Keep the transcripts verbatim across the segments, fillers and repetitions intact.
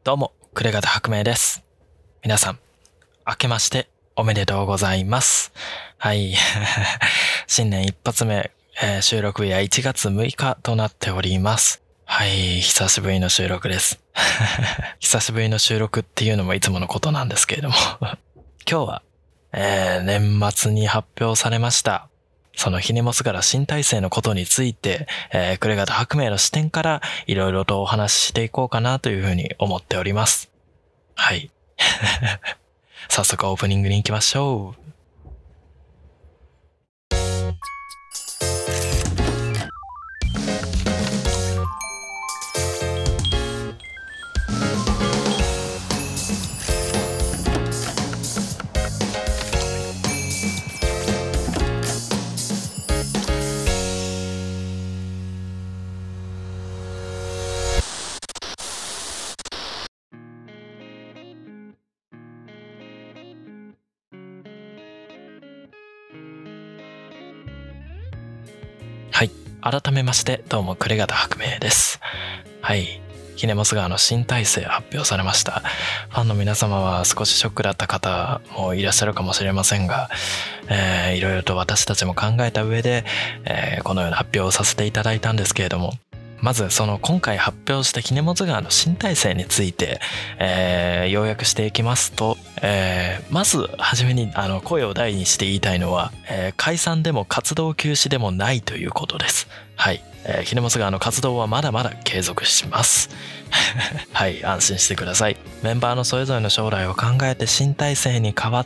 どうも、暮方白明です。皆さん、明けましておめでとうございます。はい。新年一発目、えー、収録日はいちがつむいかとなっております。はい、久しぶりの収録です。久しぶりの収録っていうのもいつものことなんですけれども。今日は、えー、年末に発表されました。そのひねもすがら新体制のことについて、えー、暮方白明の視点からいろいろとお話ししていこうかなというふうに思っております。はい。早速オープニングに行きましょう。はい。改めましてどうも暮方白明です。はい。ひねもす川の新体制発表されました。ファンの皆様は少しショックだった方もいらっしゃるかもしれませんが、えー、いろいろと私たちも考えた上で、えー、このような発表をさせていただいたんですけれども、まずその今回発表したひねもす川の新体制について、えー、要約していきますと、えー、まずはじめにあの声を大にして言いたいのは、えー、解散でも活動休止でもないということです。はい、えー、ひねもす川の活動はまだまだ継続します。はい、安心してください。メンバーのそれぞれの将来を考えて新体制に変わって、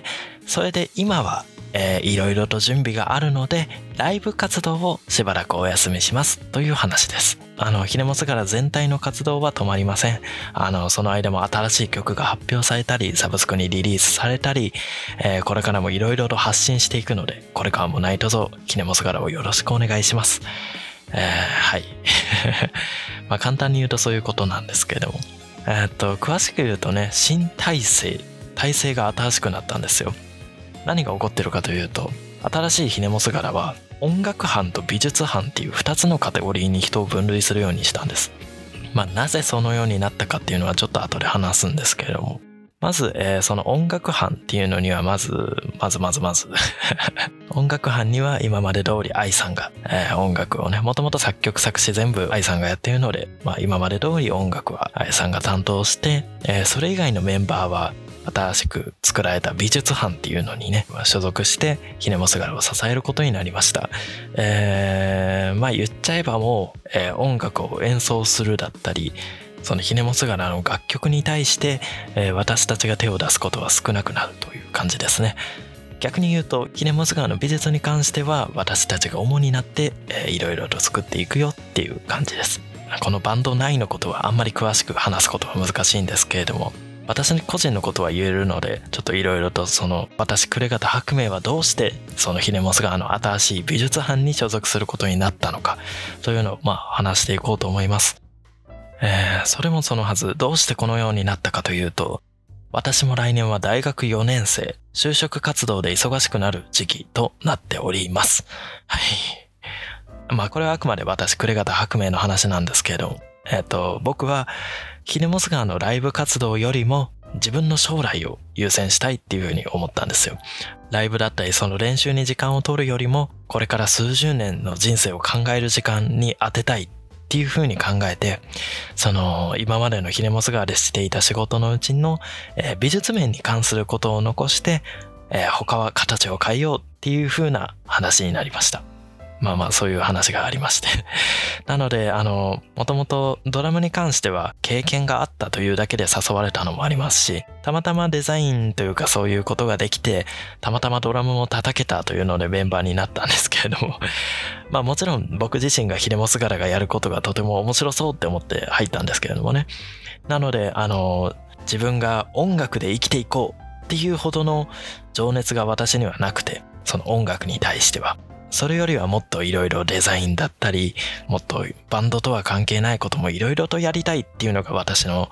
それで今はえー、いろいろと準備があるのでライブ活動をしばらくお休みしますという話です。あのひねもすがら全体の活動は止まりません。あのその間も新しい曲が発表されたりサブスクにリリースされたり、えー、これからもいろいろと発信していくので、これからも何卒ひねもすがらをよろしくお願いします。えー、はいまあ簡単に言うとそういうことなんですけども、えー、っと詳しく言うとね、新体制体制が新しくなったんですよ。何が起こってるかというと、新しいひねもすがらは音楽班と美術班っていうふたつのカテゴリーに人を分類するようにしたんです。まあなぜそのようになったかっていうのはちょっと後で話すんですけれども、まず、えー、その音楽班っていうのにはまずまずまずまず音楽班には今まで通り愛さんが、えー、音楽をね、もともと作曲作詞全部愛さんがやっているので、まあ今まで通り音楽は愛さんが担当して、えー、それ以外のメンバーは新しく作られた美術班っていうのにね所属してひねもすがらを支えることになりました。えー、まあ言っちゃえばもう、えー、音楽を演奏するだったり、そのひねもすがらの楽曲に対して、えー、私たちが手を出すことは少なくなるという感じですね。逆に言うとひねもすがらの美術に関しては私たちが主になって、えー、いろいろと作っていくよっていう感じです。このバンド内のことはあんまり詳しく話すことは難しいんですけれども、私個人のことは言えるので、ちょっといろいろとその私暮方白明はどうしてそのひねもす川の新しい美術班に所属することになったのかというのをまあ話していこうと思います。えー、それもそのはず、どうしてこのようになったかというと、私も来年は大学よねんせい、就職活動で忙しくなる時期となっております。はい。まあこれはあくまで私暮方白明の話なんですけれども、えっと僕はひねもす川のライブ活動よりも自分の将来を優先したいっていうふうに思ったんですよ。ライブだったりその練習に時間を取るよりも、これから数十年の人生を考える時間に当てたいっていうふうに考えて、その今までのひねもす川でしていた仕事のうちの、えー、美術面に関することを残して、えー、他は形を変えようっていうふうな話になりました。まあまあそういう話がありましてなので、あのもともとドラムに関しては経験があったというだけで誘われたのもありますし、たまたまデザインというかそういうことができて、たまたまドラムも叩けたというのでメンバーになったんですけれどもまあもちろん僕自身がひねもすがらがやることがとても面白そうって思って入ったんですけれどもね。なのであの自分が音楽で生きていこうっていうほどの情熱が私にはなくて、その音楽に対してはそれよりはもっといろいろデザインだったり、もっとバンドとは関係ないこともいろいろとやりたいっていうのが私の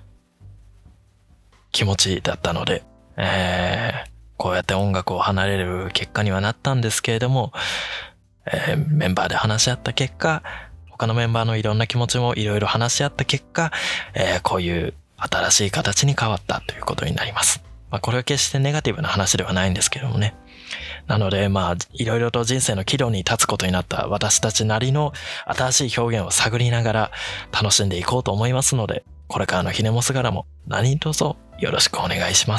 気持ちだったので、えー、こうやって音楽を離れる結果にはなったんですけれども、えー、メンバーで話し合った結果、他のメンバーのいろんな気持ちもいろいろ話し合った結果、えー、こういう新しい形に変わったということになります。まあこれは決してネガティブな話ではないんですけどもね。なのでまあいろいろと人生の岐路に立つことになった私たちなりの新しい表現を探りながら楽しんでいこうと思いますので、これからのひねもすがらも何卒よろしくお願いします。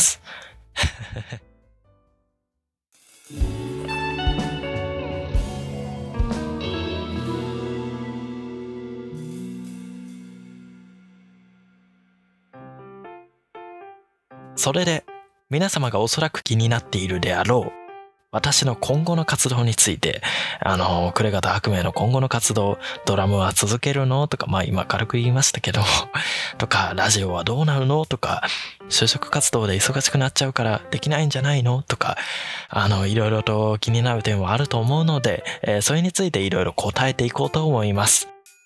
それで皆様がおそらく気になっているであろう私の今後の活動について、あの、呉方白明の今後の活動、ドラムは続けるのとか、まあ今軽く言いましたけども、とか、ラジオはどうなるのとか、就職活動で忙しくなっちゃうからできないんじゃないのとか、あの、いろいろと気になる点はあると思うので、えー、それについていろいろ答えていこうと思います。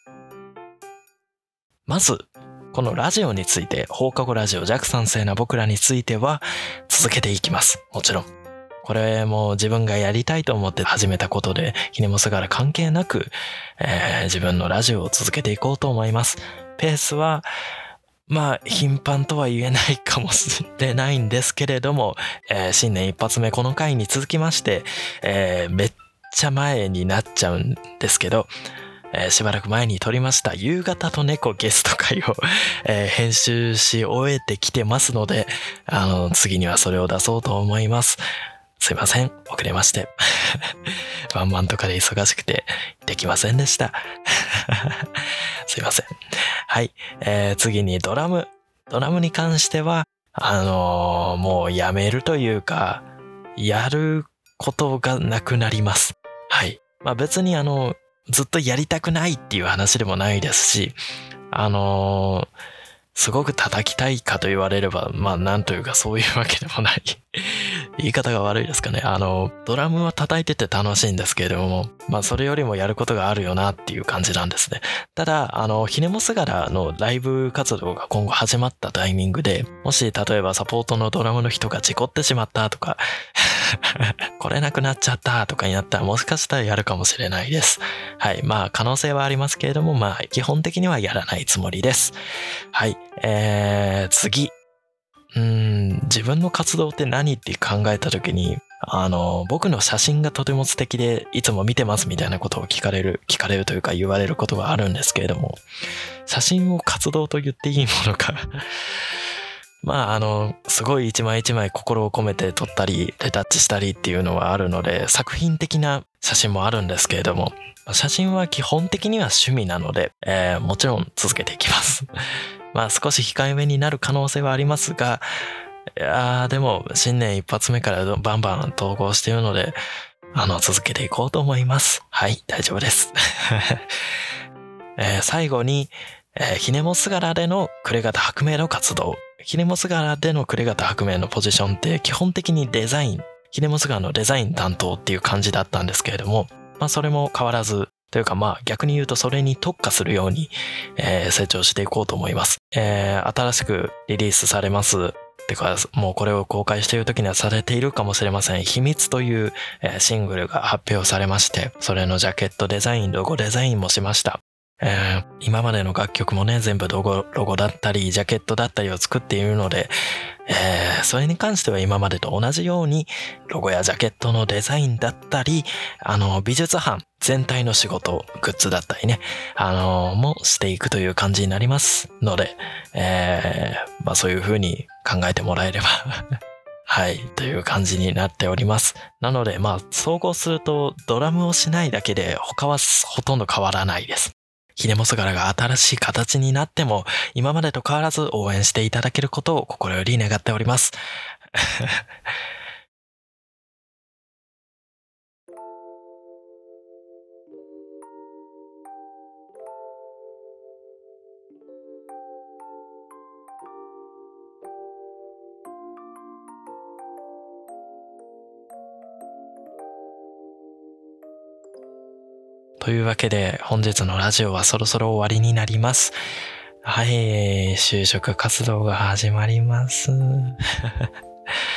まず、このラジオについて、放課後ラジオ弱酸性な僕らについては続けていきます。もちろん。これも自分がやりたいと思って始めたことで、ひねもすがら関係なく、えー、自分のラジオを続けていこうと思います。ペースは、まあ、頻繁とは言えないかもしれないんですけれども、えー、新年一発目この回に続きまして、えー、めっちゃ前になっちゃうんですけど、えー、しばらく前に撮りました夕方と猫ゲスト回を、えー、編集し終えてきてますので、あの、次にはそれを出そうと思います。すいません、遅れまして。ワンマンとかで忙しくてできませんでした。すいません。はい、えー、次にドラム。ドラムに関しては、あのー、もうやめるというか、やることがなくなります。はい。まあ別にあの、ずっとやりたくないっていう話でもないですし、あのー、すごく叩きたいかと言われれば、まあなんというかそういうわけでもない。言い方が悪いですかね。あの、ドラムは叩いてて楽しいんですけれども、まあそれよりもやることがあるよなっていう感じなんですね。ただ、あの、ひねもすがらのライブ活動が今後始まったタイミングで、もし例えばサポートのドラムの人が事故ってしまったとか、来れなくなっちゃったとかになったらもしかしたらやるかもしれないです。はい。まあ可能性はありますけれども、まあ基本的にはやらないつもりです。はい。えー、次。うーん、自分の活動って何って考えた時に、あの、僕の写真がとても素敵でいつも見てますみたいなことを聞かれる、聞かれるというか言われることがあるんですけれども、写真を活動と言っていいものか。まあ、あの、すごい一枚一枚心を込めて撮ったり、レタッチしたりっていうのはあるので、作品的な写真もあるんですけれども、写真は基本的には趣味なので、えー、もちろん続けていきます。まあ少し控えめになる可能性はありますが、いやーでも新年一発目からバンバン投稿しているので、あの続けていこうと思います。はい、大丈夫です。えー、最後に、えー、ひねもすがらでの呉方白明の活動。ひねもすがらでの呉方白明のポジションって基本的にデザイン、ひねもすがらのデザイン担当っていう感じだったんですけれども、まあそれも変わらず、というかまあ逆に言うとそれに特化するように、えー、成長していこうと思います。えー、新しくリリースされます。てかもうこれを公開している時にはされているかもしれません。秘密という、えー、シングルが発表されまして、それのジャケットデザイン、ロゴデザインもしました。えー、今までの楽曲もね、全部ロゴ、ロゴだったり、ジャケットだったりを作っているので、えー、それに関しては今までと同じように、ロゴやジャケットのデザインだったり、あの、美術班全体の仕事、グッズだったりね、あの、もしていくという感じになりますので、えー、まあそういう風に考えてもらえれば、はい、という感じになっております。なので、まあ、総合すると、ドラムをしないだけで、他はほとんど変わらないです。ひねもすがらが新しい形になっても、今までと変わらず応援していただけることを心より願っております。というわけで、本日のラジオはそろそろ終わりになります。はい、就職活動が始まります。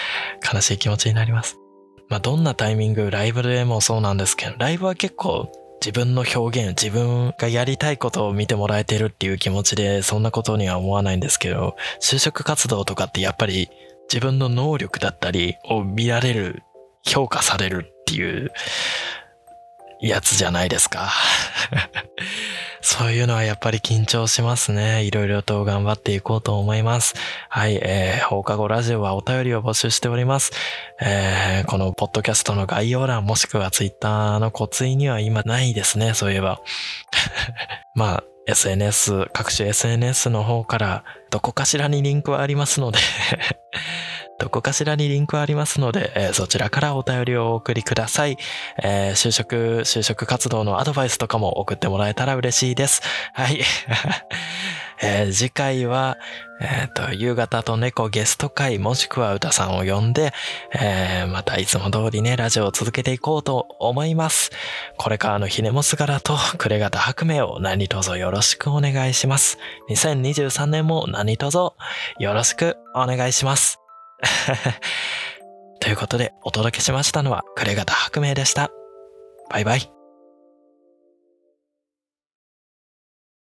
悲しい気持ちになります。まあ、どんなタイミング、ライブでもそうなんですけど、ライブは結構自分の表現、自分がやりたいことを見てもらえてるっていう気持ちでそんなことには思わないんですけど、就職活動とかってやっぱり自分の能力だったりを見られる、評価されるっていうやつじゃないですか。そういうのはやっぱり緊張しますね。いろいろと頑張っていこうと思います。はい、えー、放課後ラジオはお便りを募集しております。えー、このポッドキャストの概要欄もしくはツイッターの骨追には今ないですね、そういえば。まあ、エスエヌエス、各種 エスエヌエス の方からどこかしらにリンクはありますので、どこかしらにリンクはありますので、えー、そちらからお便りをお送りください。えー、就職、就職活動のアドバイスとかも送ってもらえたら嬉しいです。はい。えー、次回は、えっと、夕方と猫ゲスト会もしくは歌さんを呼んで、えー、またいつも通りね、ラジオを続けていこうと思います。これからのひねもすがらと暮れ方白明を何卒よろしくお願いします。にせんにじゅうさんねんも何卒よろしくお願いします。ということでお届けしましたのは暮れ方白明でした。バイバイ。